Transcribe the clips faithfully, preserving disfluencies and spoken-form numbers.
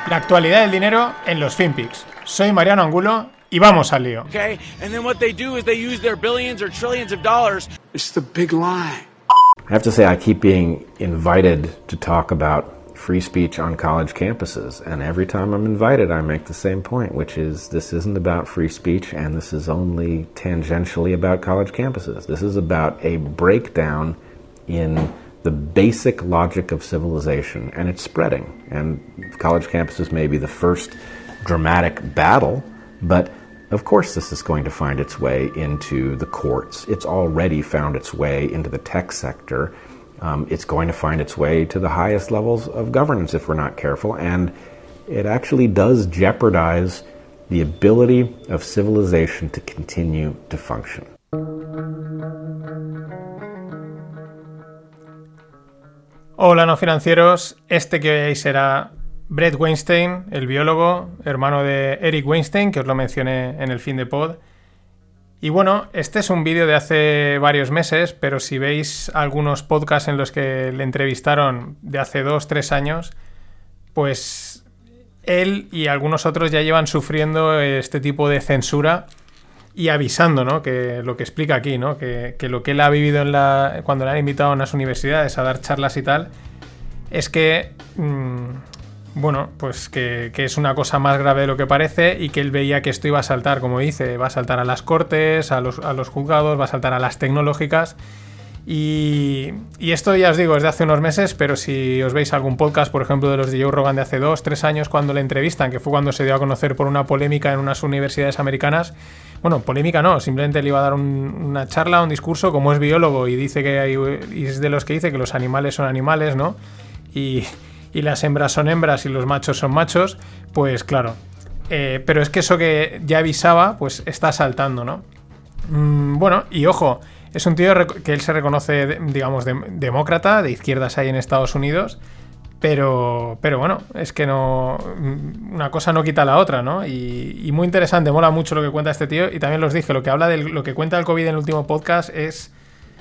La actualidad del dinero en los FinPix. Soy Mariano Angulo y vamos al lío. Okay, and then what they do is they use their billions or trillions of dollars. It's the big lie. I have to say I keep being invited to talk about free speech on college campuses, and every time I'm invited I make the same point, which is this isn't about free speech and this is only tangentially about college campuses. This is about a breakdown in the basic logic of civilization, and it's spreading. And college campuses may be the first dramatic battle, but of course this is going to find its way into the courts. It's already found its way into the tech sector. Um, it's going to find its way to the highest levels of governance if we're not careful, and it actually does jeopardize the ability of civilization to continue to function. Hola no financieros, este que veáis será Bret Weinstein, el biólogo, hermano de Eric Weinstein, que os lo mencioné en el fin de pod. Y bueno, este es un vídeo de hace varios meses, pero si veis algunos podcasts en los que le entrevistaron de hace dos, tres años, pues él y algunos otros ya llevan sufriendo este tipo de censura y avisando, ¿no? Que lo que explica aquí, ¿no? Que, que lo que él ha vivido en la, cuando le han invitado a unas universidades a dar charlas y tal, es que, mmm, bueno, pues que, que es una cosa más grave de lo que parece y que él veía que esto iba a saltar, como dice, va a saltar a las cortes, a los, a los juzgados, va a saltar a las tecnológicas. Y, y esto ya os digo, es de hace unos meses, pero si os veis algún podcast, por ejemplo, de los de Joe Rogan de hace dos, tres años, cuando le entrevistan, que fue cuando se dio a conocer por una polémica en unas universidades americanas. Bueno, polémica no, simplemente le iba a dar un, una charla, un discurso, como es biólogo y dice que hay, y es de los que dice que los animales son animales, ¿no? Y, y las hembras son hembras y los machos son machos, pues claro. Eh, pero es que eso que ya avisaba, pues está saltando, ¿no? Mm, bueno, y ojo, es un tío que él se reconoce, digamos, de, demócrata, de izquierdas ahí en Estados Unidos, pero, pero bueno, es que no, una cosa no quita la otra, ¿no? Y, y muy interesante, mola mucho lo que cuenta este tío, y también los dije, lo que habla de lo que cuenta el COVID en el último podcast es,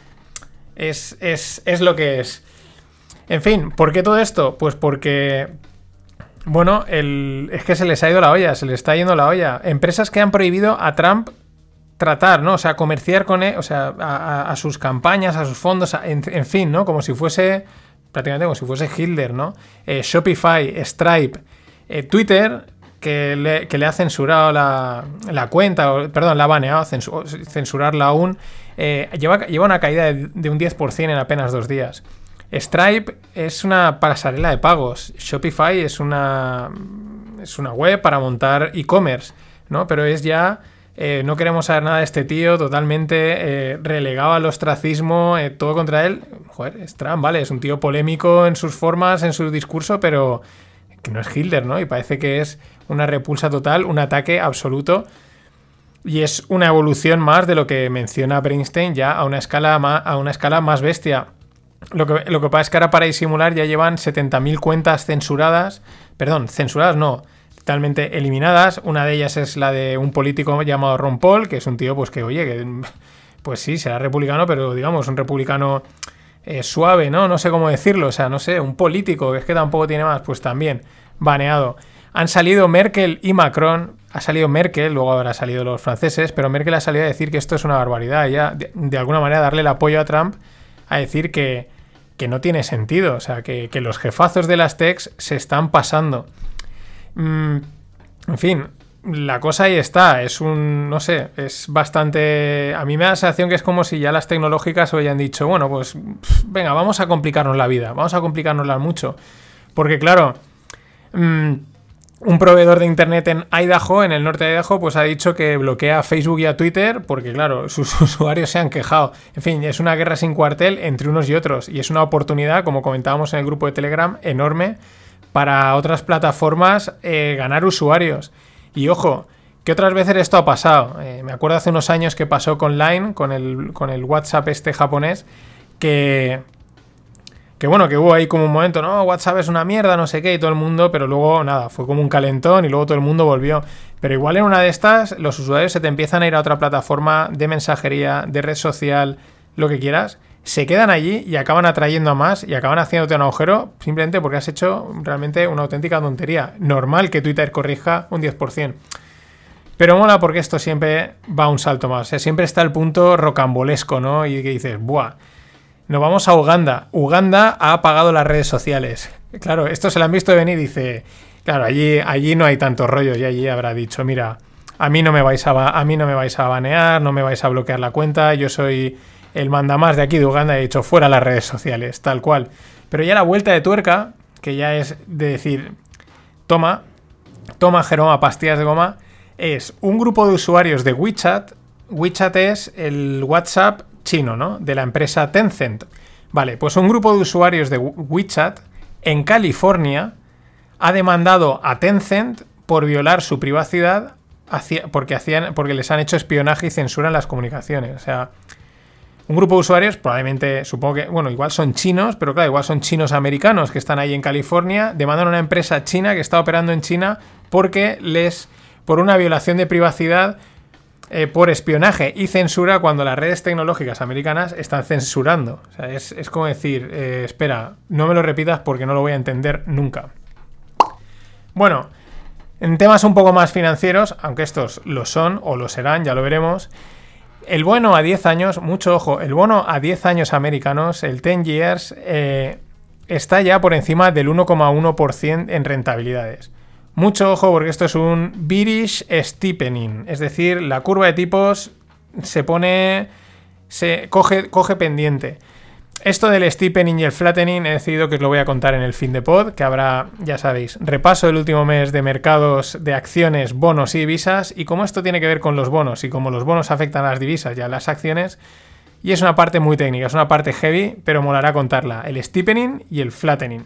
es, es, es lo que es. En fin, ¿por qué todo esto? Pues porque, bueno, el, es que se les ha ido la olla, se les está yendo la olla. Empresas que han prohibido a Trump tratar, ¿no? O sea, comerciar con él, o sea, a, a, a sus campañas, a sus fondos, a, en, en fin, ¿no? Como si fuese, prácticamente como si fuese Hitler, ¿no? Eh, Shopify, Stripe, eh, Twitter, que le, que le ha censurado la, la cuenta, o, perdón, la ha baneado, censu, censurarla aún, eh, lleva, lleva una caída de, de un diez por ciento en apenas dos días. Stripe es una pasarela de pagos. Shopify es una, es una web para montar e-commerce, ¿no? Pero es ya... Eh, no queremos saber nada de este tío, totalmente eh, relegado al ostracismo, eh, todo contra él. Joder, es Trump, ¿vale? Es un tío polémico en sus formas, en su discurso, pero que no es Hitler, ¿no? Y parece que es una repulsa total, un ataque absoluto. Y es una evolución más de lo que menciona Bernstein ya a una escala más, a una escala más bestia. Lo que, lo que pasa es que ahora para disimular ya llevan setenta mil cuentas censuradas. Perdón, censuradas no, totalmente eliminadas. Una de ellas es la de un político llamado Ron Paul, que es un tío pues que, oye, que pues sí, será republicano, pero digamos, un republicano eh, suave, ¿no? No sé cómo decirlo, o sea, no sé, un político, que es que tampoco tiene más, pues también baneado. Han salido Merkel y Macron, ha salido Merkel, luego habrá salido los franceses, pero Merkel ha salido a decir que esto es una barbaridad, ya de, de alguna manera darle el apoyo a Trump, a decir que, que no tiene sentido, o sea, que, que los jefazos de las techs se están pasando. Mm, en fin, la cosa ahí está, es un, no sé, es bastante... A mí me da la sensación que es como si ya las tecnológicas hayan dicho, bueno, pues venga, vamos a complicarnos la vida, vamos a complicárnosla mucho, porque claro... Mmm, un proveedor de internet en Idaho, en el norte de Idaho, pues ha dicho que bloquea a Facebook y a Twitter porque, claro, sus usuarios se han quejado. En fin, es una guerra sin cuartel entre unos y otros y es una oportunidad, como comentábamos en el grupo de Telegram, enorme para otras plataformas eh, ganar usuarios. Y ojo, que otras veces esto ha pasado. Eh, me acuerdo hace unos años que pasó con Line, con el, con el WhatsApp este japonés, que... Que bueno, que hubo ahí como un momento, no, WhatsApp es una mierda, no sé qué, y todo el mundo, pero luego nada, fue como un calentón y luego todo el mundo volvió. Pero igual en una de estas, los usuarios se te empiezan a ir a otra plataforma de mensajería, de red social, lo que quieras, se quedan allí y acaban atrayendo a más y acaban haciéndote un agujero simplemente porque has hecho realmente una auténtica tontería. Normal que Twitter corrija un diez por ciento. Pero mola porque esto siempre va un salto más. O sea, siempre está el punto rocambolesco, ¿no? Y que dices, ¡buah! Nos vamos a Uganda. Uganda ha apagado las redes sociales. Claro, esto se lo han visto venir y dice... Claro, allí, allí no hay tantos rollos y allí habrá dicho, mira, a mí no me vais a, a mí no me vais a banear, no me vais a bloquear la cuenta, yo soy el mandamás de aquí de Uganda, he dicho fuera las redes sociales, tal cual. Pero ya la vuelta de tuerca, que ya es de decir, toma, toma Jeroma, pastillas de goma, es un grupo de usuarios de WeChat. WeChat es el WhatsApp chino, ¿no? De la empresa Tencent. Vale, pues un grupo de usuarios de WeChat en California ha demandado a Tencent por violar su privacidad hacia, porque, hacían, porque les han hecho espionaje y censura en las comunicaciones. O sea, un grupo de usuarios, probablemente, supongo que, bueno, igual son chinos, pero claro, igual son chinos americanos que están ahí en California, demandan a una empresa china que está operando en China porque les, por una violación de privacidad, eh, por espionaje y censura cuando las redes tecnológicas americanas están censurando. O sea, es, es como decir, eh, espera, no me lo repitas porque no lo voy a entender nunca. Bueno, en temas un poco más financieros, aunque estos lo son o lo serán, ya lo veremos, el bono a diez años, mucho ojo, el bono a diez años americanos, el diez years, eh, está ya por encima del uno coma uno por ciento en rentabilidades. Mucho ojo porque esto es un bearish steepening, es decir, la curva de tipos se pone, se coge, coge pendiente. Esto del steepening y el flattening he decidido que os lo voy a contar en el fin de pod, que habrá, ya sabéis, repaso del último mes de mercados de acciones, bonos y divisas, y cómo esto tiene que ver con los bonos y cómo los bonos afectan a las divisas y a las acciones, y es una parte muy técnica, es una parte heavy, pero molará contarla, el steepening y el flattening.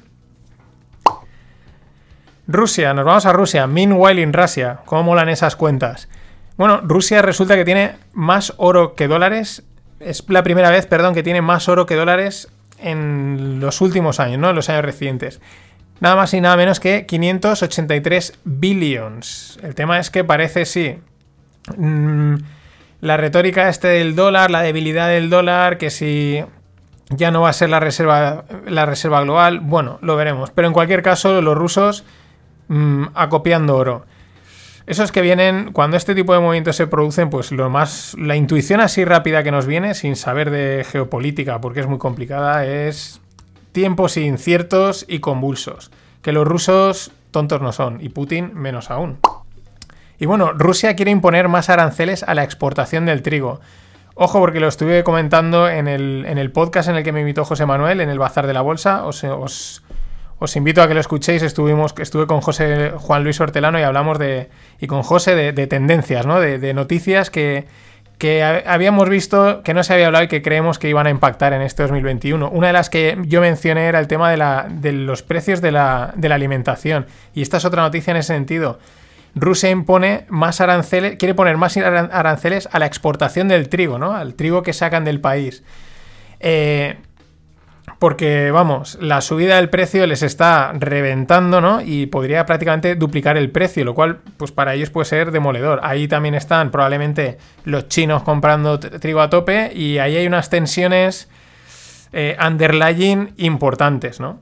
Rusia, nos vamos a Rusia, meanwhile in Russia, ¿cómo molan esas cuentas? Bueno, Rusia resulta que tiene más oro que dólares. Es la primera vez, perdón, que tiene más oro que dólares en los últimos años, ¿no? En los años recientes. Nada más y nada menos que quinientos ochenta y tres billions. El tema es que parece, sí, mmm, la retórica este del dólar, la debilidad del dólar, que si ya no va a ser la reserva, la reserva global, bueno, lo veremos. Pero en cualquier caso, los rusos mmm, acopiando oro. Esos que vienen, cuando este tipo de movimientos se producen, pues lo más, la intuición así rápida que nos viene, sin saber de geopolítica, porque es muy complicada, es tiempos inciertos y convulsos. Que los rusos tontos no son, y Putin menos aún. Y bueno, Rusia quiere imponer más aranceles a la exportación del trigo. Ojo, porque lo estuve comentando en el, en el podcast en el que me invitó José Manuel, en el Bazar de la Bolsa. Os... os Os invito a que lo escuchéis. Estuvimos, estuve con José Juan Luis Hortelano y hablamos de, y con José de, de tendencias, ¿no? De, de noticias que, que habíamos visto que no se había hablado y que creemos que iban a impactar en este dos mil veintiuno. Una de las que yo mencioné era el tema de, la, de los precios de la, de la alimentación. Y esta es otra noticia en ese sentido. Rusia impone más aranceles, quiere poner más aranceles a la exportación del trigo, ¿no? Al trigo que sacan del país. Eh... Porque, vamos, la subida del precio les está reventando, ¿no? Y podría prácticamente duplicar el precio, lo cual, pues para ellos puede ser demoledor. Ahí también están probablemente los chinos comprando trigo a tope y ahí hay unas tensiones eh, underlying importantes, ¿no?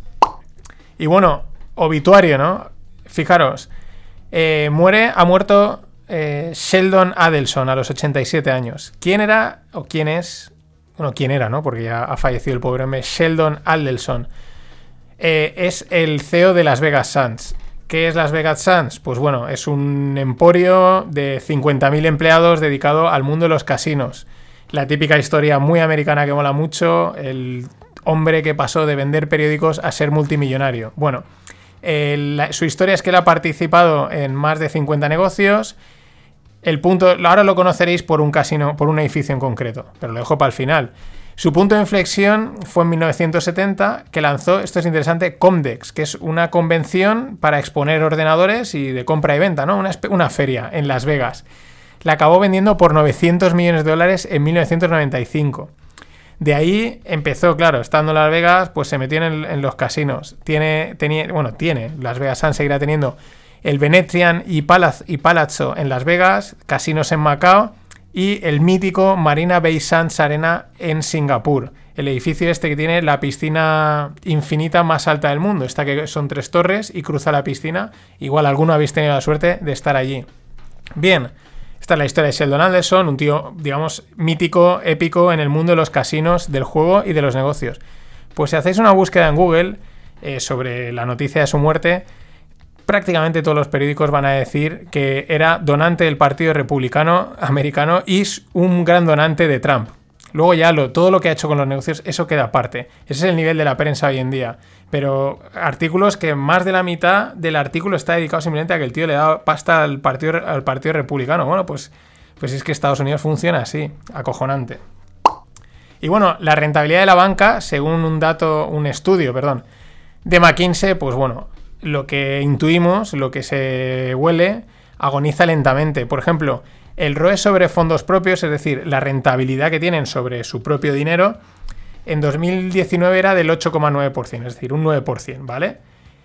Y bueno, obituario, ¿no? Fijaros, eh, muere, ha muerto eh, Sheldon Adelson a los ochenta y siete años. ¿Quién era o quién es? Bueno, ¿quién era, no? Porque ya ha fallecido el pobre hombre. Sheldon Adelson. Eh, es el C E O de Las Vegas Sands. ¿Qué es Las Vegas Sands? Pues bueno, es un emporio de cincuenta mil empleados dedicado al mundo de los casinos. La típica historia muy americana que mola mucho. El hombre que pasó de vender periódicos a ser multimillonario. Bueno, eh, la, su historia es que él ha participado en más de cincuenta negocios. El punto, ahora lo conoceréis por un casino, por un edificio en concreto, pero lo dejo para el final. Su punto de inflexión fue en mil novecientos setenta, que lanzó, esto es interesante, Comdex, que es una convención para exponer ordenadores y de compra y venta, ¿no? Una, una feria en Las Vegas. La acabó vendiendo por novecientos millones de dólares en mil novecientos noventa y cinco. De ahí empezó, claro, estando en Las Vegas, pues se metió en, en los casinos. Tiene, tenía, bueno, tiene, Las Vegas Sands seguirá teniendo el Venetian y, Palaz- y Palazzo en Las Vegas, casinos en Macao y el mítico Marina Bay Sands Arena en Singapur. el edificio este que tiene la piscina infinita más alta del mundo, esta que son tres torres y cruza la piscina. Igual alguno habéis tenido la suerte de estar allí. Bien, esta es la historia de Sheldon Adelson, un tío, digamos, mítico, épico en el mundo de los casinos, del juego y de los negocios. Pues si hacéis una búsqueda en Google eh, sobre la noticia de su muerte, prácticamente todos los periódicos van a decir que era donante del Partido Republicano Americano y un gran donante de Trump. Luego ya lo, todo lo que ha hecho con los negocios, eso queda aparte. Ese es el nivel de la prensa hoy en día. Pero artículos que más de la mitad del artículo está dedicado simplemente a que el tío le da pasta al Partido, al partido Republicano. Bueno, pues, pues es que Estados Unidos funciona así, acojonante. Y bueno, la rentabilidad de la banca, según un dato, un estudio, perdón, de McKinsey, pues bueno, lo que intuimos, lo que se huele, agoniza lentamente. Por ejemplo, el R O E sobre fondos propios, es decir, la rentabilidad que tienen sobre su propio dinero, en dos mil diecinueve era del ocho coma nueve por ciento, es decir, un nueve por ciento, ¿vale?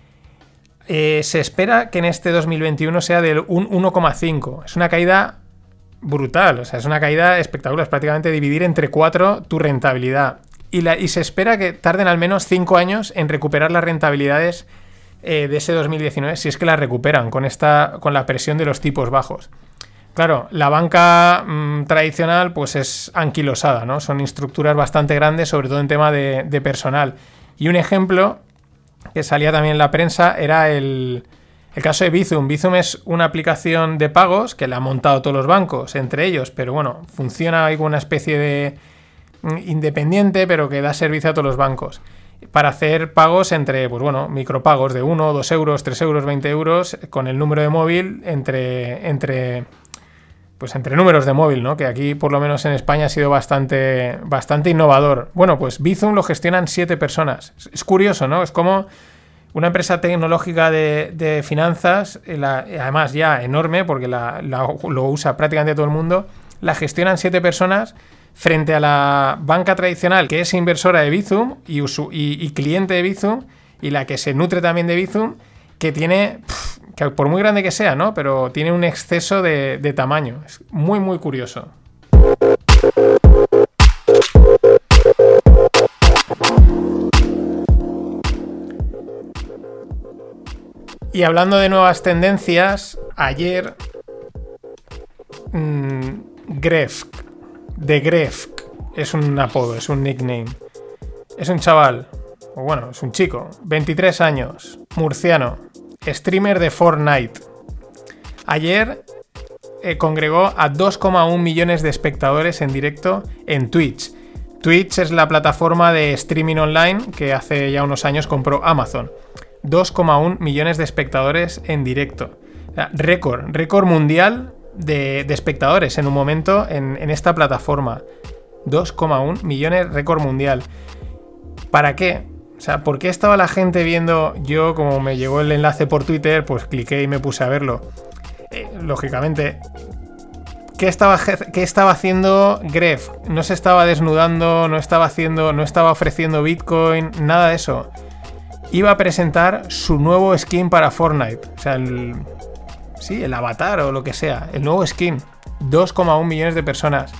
Eh, se espera que en este dos mil veintiuno sea del un uno coma cinco por ciento. Es una caída brutal, o sea, es una caída espectacular, es prácticamente dividir entre cuatro tu rentabilidad. Y, la, y se espera que tarden al menos cinco años en recuperar las rentabilidades eh, de ese dos mil diecinueve, si es que las recuperan con, esta, con la presión de los tipos bajos. Claro, la banca mmm, tradicional pues es anquilosada, ¿no? Son estructuras bastante grandes, sobre todo en tema de, de personal. Y un ejemplo que salía también en la prensa era el, el caso de Bizum. Bizum es una aplicación de pagos que la han montado todos los bancos, entre ellos, pero bueno, funciona ahí como una especie de independiente, pero que da servicio a todos los bancos. Para hacer pagos entre, pues bueno, micropagos de uno, dos euros, tres euros, veinte euros, con el número de móvil entre... entre Pues entre números de móvil, ¿no? Que aquí, por lo menos en España, ha sido bastante, bastante innovador. Bueno, pues Bizum lo gestionan siete personas. Es, es curioso, ¿no? Es como una empresa tecnológica de, de finanzas, la, además ya enorme, porque la, la, lo usa prácticamente todo el mundo, la gestionan siete personas frente a la banca tradicional, que es inversora de Bizum y, usu, y, y cliente de Bizum, y la que se nutre también de Bizum, que tiene... Pff, que por muy grande que sea, ¿no? Pero tiene un exceso de, de tamaño. Es muy, muy curioso. Y hablando de nuevas tendencias, ayer mmm, Grefg, de Grefg, es un apodo, es un nickname. Es un chaval, o bueno, es un chico, veintitrés años, murciano, streamer de Fortnite. Ayer eh, congregó a dos coma uno millones de espectadores en directo en Twitch. Twitch es la plataforma de streaming online que hace ya unos años compró Amazon. dos coma uno millones de espectadores en directo. O sea, récord, récord mundial de, de espectadores en un momento en, en esta plataforma. dos coma uno millones, récord mundial. ¿Para qué? O sea, ¿por qué estaba la gente viendo? Yo, como me llegó el enlace por Twitter, pues cliqué y me puse a verlo. Eh, lógicamente, ¿qué estaba, qué estaba haciendo Grefg? No se estaba desnudando, no estaba haciendo, no estaba ofreciendo Bitcoin, nada de eso. Iba a presentar su nuevo skin para Fortnite. O sea, el, sí, el avatar o lo que sea. El nuevo skin. dos coma uno millones de personas.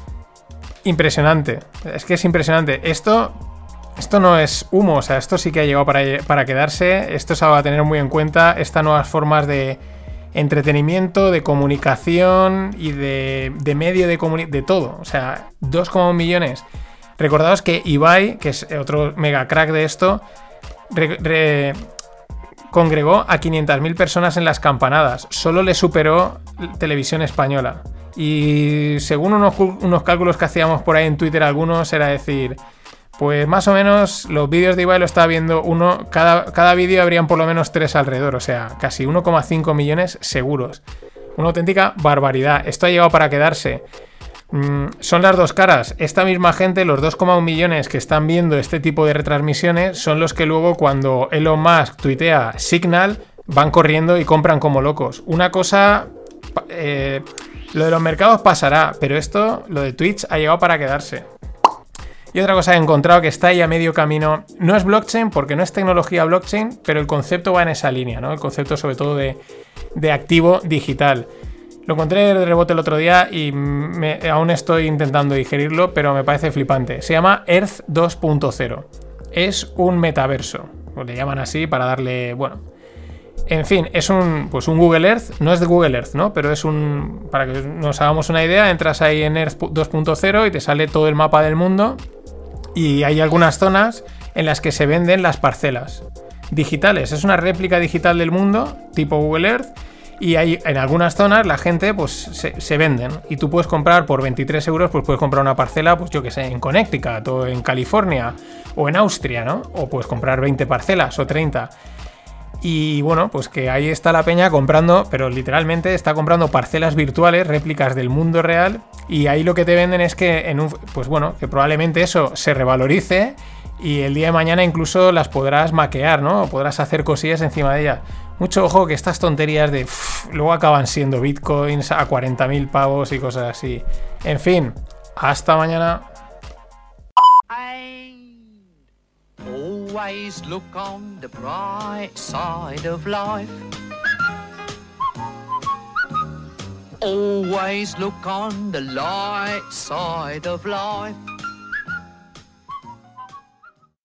Impresionante. Es que es impresionante. Esto... Esto no es humo, o sea, esto sí que ha llegado para, para quedarse. Esto se va a tener muy en cuenta. Estas nuevas formas de entretenimiento, de comunicación y de, de medio de comunicación, de todo. O sea, dos coma uno millones. Recordaos que Ibai, que es otro mega crack de esto, re, re, congregó a quinientas mil personas en las campanadas. Solo le superó Televisión Española. Y según unos, unos cálculos que hacíamos por ahí en Twitter, algunos era decir... Pues más o menos los vídeos de Ibai lo estaba viendo uno, cada, cada vídeo habrían por lo menos tres alrededor, o sea, casi uno coma cinco millones seguros. Una auténtica barbaridad. Esto ha llegado para quedarse. Mm, son las dos caras. Esta misma gente, los dos coma uno millones que están viendo este tipo de retransmisiones, son los que luego cuando Elon Musk tuitea Signal, van corriendo y compran como locos. Una cosa... Eh, lo de los mercados pasará, pero esto, lo de Twitch, ha llegado para quedarse. Y otra cosa que he encontrado que está ahí a medio camino, no es blockchain porque no es tecnología blockchain, pero el concepto va en esa línea, ¿no? El concepto sobre todo de, de activo digital. Lo encontré de rebote el otro día y me, aún estoy intentando digerirlo, pero me parece flipante. Se llama Earth dos punto cero. Es un metaverso. O le llaman así para darle... Bueno... En fin, es un, pues un Google Earth, no es de Google Earth, ¿no? Pero es un... Para que nos hagamos una idea, entras ahí en Earth dos punto cero y te sale todo el mapa del mundo y hay algunas zonas en las que se venden las parcelas digitales. Es una réplica digital del mundo, tipo Google Earth, y hay, en algunas zonas la gente pues se, se venden y tú puedes comprar por veintitrés euros, pues puedes comprar una parcela, pues yo que sé, en Connecticut o en California o en Austria, ¿no? O puedes comprar veinte parcelas o treinta. Y bueno, pues que ahí está la peña comprando, pero literalmente está comprando parcelas virtuales, réplicas del mundo real, y ahí lo que te venden es que en un, pues bueno, que probablemente eso se revalorice y el día de mañana incluso las podrás maquear, ¿no? O podrás hacer cosillas encima de ellas. Mucho ojo que estas tonterías de uff, luego acaban siendo bitcoins a cuarenta mil pavos y cosas así. En fin, hasta mañana. Always look on the bright side of life. Always look on the light side of life.